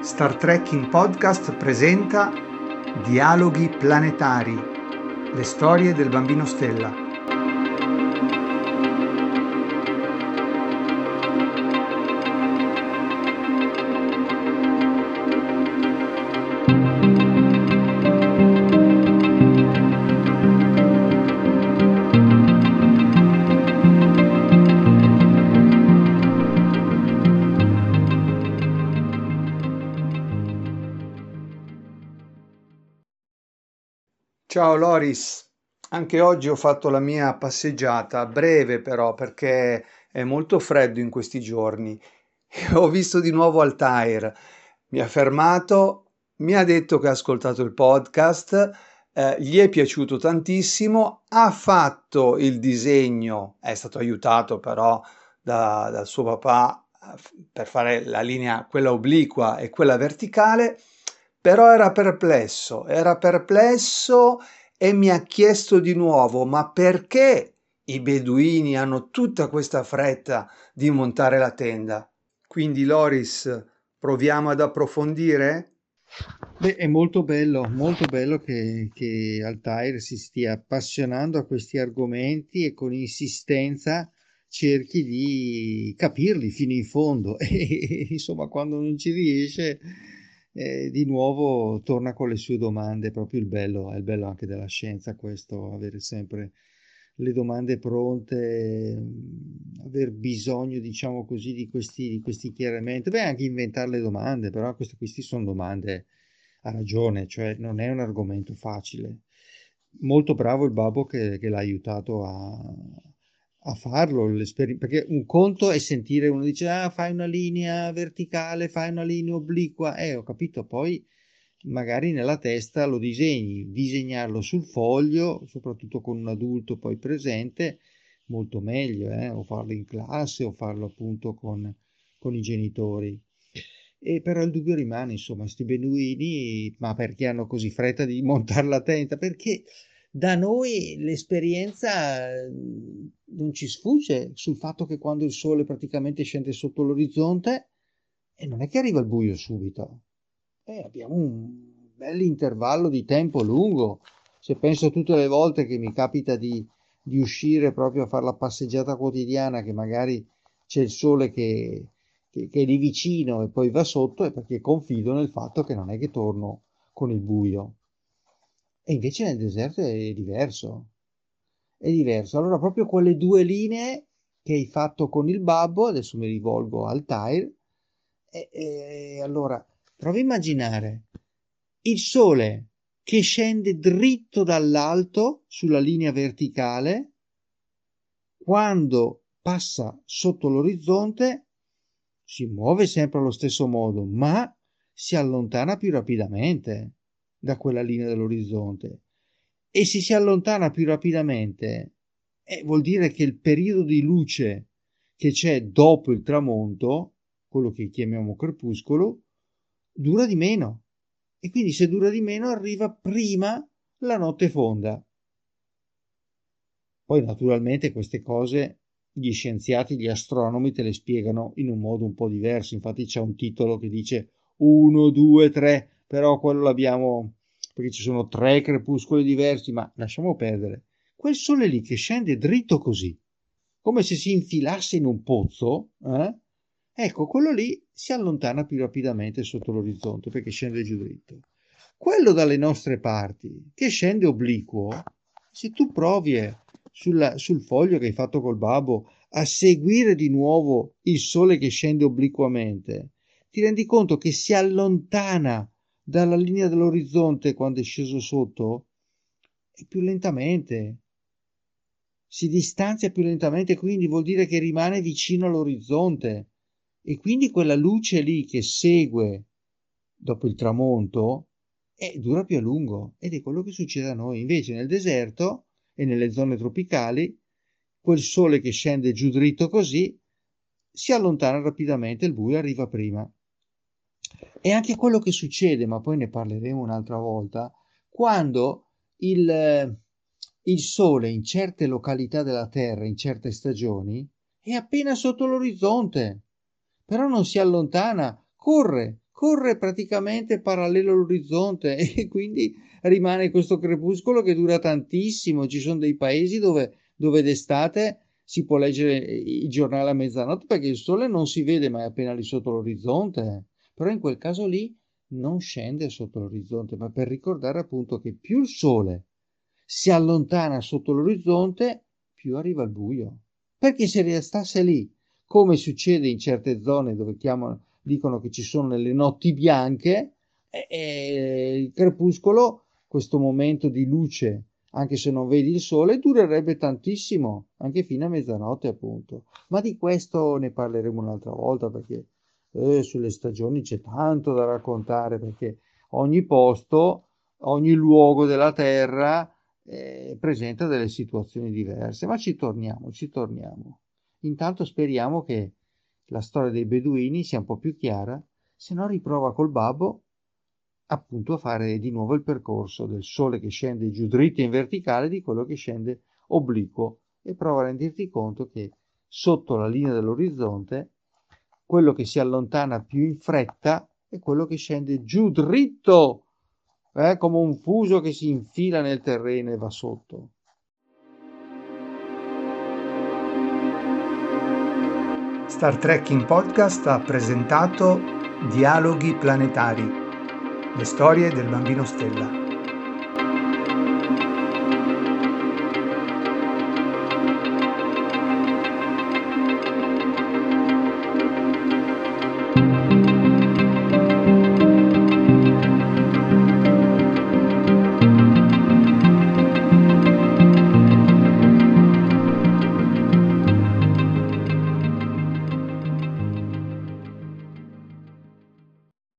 Star Trekking Podcast presenta Dialoghi planetari, le storie del bambino Stella. Ciao Loris, anche oggi ho fatto la mia passeggiata, breve però perché è molto freddo in questi giorni. Ho visto di nuovo Altair, mi ha fermato, mi ha detto che ha ascoltato il podcast, gli è piaciuto tantissimo, ha fatto il disegno, è stato aiutato però dal suo papà per fare la linea, quella obliqua e quella verticale, però era perplesso e mi ha chiesto di nuovo, ma perché i beduini hanno tutta questa fretta di montare la tenda? Quindi, Loris, proviamo ad approfondire? Beh, è molto bello che Altair si stia appassionando a questi argomenti e con insistenza cerchi di capirli fino in fondo e insomma quando non ci riesce di nuovo torna con le sue domande, proprio è il bello anche della scienza questo, avere sempre le domande pronte, aver bisogno, diciamo così, di questi chiarimenti, beh, anche inventare le domande, però questi sono domande, ha ragione, cioè non è un argomento facile. Molto bravo il babbo che l'ha aiutato a farlo, perché un conto è sentire uno dice, ah, fai una linea verticale, fai una linea obliqua, ho capito, poi magari nella testa lo disegni, disegnarlo sul foglio, soprattutto con un adulto poi presente, molto meglio, o farlo in classe o farlo appunto con i genitori. E però il dubbio rimane, insomma, sti beduini, ma perché hanno così fretta di montare la tenda? Perché da noi l'esperienza non ci sfugge sul fatto che quando il sole praticamente scende sotto l'orizzonte, e non è che arriva il buio subito, abbiamo un bel intervallo di tempo lungo. Se penso a tutte le volte che mi capita di uscire proprio a fare la passeggiata quotidiana, che magari c'è il sole che è lì vicino e poi va sotto, è perché confido nel fatto che non è che torno con il buio. E invece nel deserto è diverso. È diverso. Allora, proprio quelle due linee che hai fatto con il babbo, adesso mi rivolgo al Tyre, allora, prova a immaginare il sole che scende dritto dall'alto sulla linea verticale, quando passa sotto l'orizzonte si muove sempre allo stesso modo, ma si allontana più rapidamente da quella linea dell'orizzonte. E se si allontana più rapidamente, vuol dire che il periodo di luce che c'è dopo il tramonto, quello che chiamiamo crepuscolo, dura di meno. E quindi se dura di meno arriva prima la notte fonda. Poi naturalmente queste cose gli scienziati, gli astronomi te le spiegano in un modo un po' diverso. Infatti c'è un titolo che dice 1, 2, 3, però quello l'abbiamo perché ci sono tre crepuscoli diversi, ma lasciamo perdere. Quel sole lì che scende dritto così, come se si infilasse in un pozzo, ecco, quello lì si allontana più rapidamente sotto l'orizzonte perché scende giù dritto. Quello dalle nostre parti, che scende obliquo, se tu provi sul foglio che hai fatto col babbo a seguire di nuovo il sole che scende obliquamente, ti rendi conto che si allontana dalla linea dell'orizzonte quando è sceso sotto e più lentamente. Si distanzia più lentamente, quindi vuol dire che rimane vicino all'orizzonte e quindi quella luce lì che segue dopo il tramonto dura più a lungo ed è quello che succede a noi. Invece nel deserto e nelle zone tropicali, quel sole che scende giù dritto così si allontana rapidamente, il buio arriva prima. E anche quello che succede, ma poi ne parleremo un'altra volta, quando il sole in certe località della Terra, in certe stagioni, è appena sotto l'orizzonte, però non si allontana, corre praticamente parallelo all'orizzonte e quindi rimane questo crepuscolo che dura tantissimo. Ci sono dei paesi dove d'estate si può leggere il giornale a mezzanotte perché il sole non si vede mai appena lì sotto l'orizzonte, però in quel caso lì non scende sotto l'orizzonte, ma per ricordare appunto che più il sole si allontana sotto l'orizzonte, più arriva il buio. Perché se restasse lì, come succede in certe zone dove dicono che ci sono le notti bianche, il crepuscolo, questo momento di luce, anche se non vedi il sole, durerebbe tantissimo, anche fino a mezzanotte appunto. Ma di questo ne parleremo un'altra volta perché sulle stagioni c'è tanto da raccontare, perché ogni posto, ogni luogo della terra presenta delle situazioni diverse, ma ci torniamo, ci torniamo. Intanto speriamo che la storia dei beduini sia un po' più chiara, se no riprova col babbo appunto a fare di nuovo il percorso del sole che scende giù dritto in verticale di quello che scende obliquo e prova a renderti conto che sotto la linea dell'orizzonte quello che si allontana più in fretta è quello che scende giù dritto, come un fuso che si infila nel terreno e va sotto. Star Trek in Podcast ha presentato Dialoghi planetari, le storie del bambino stella.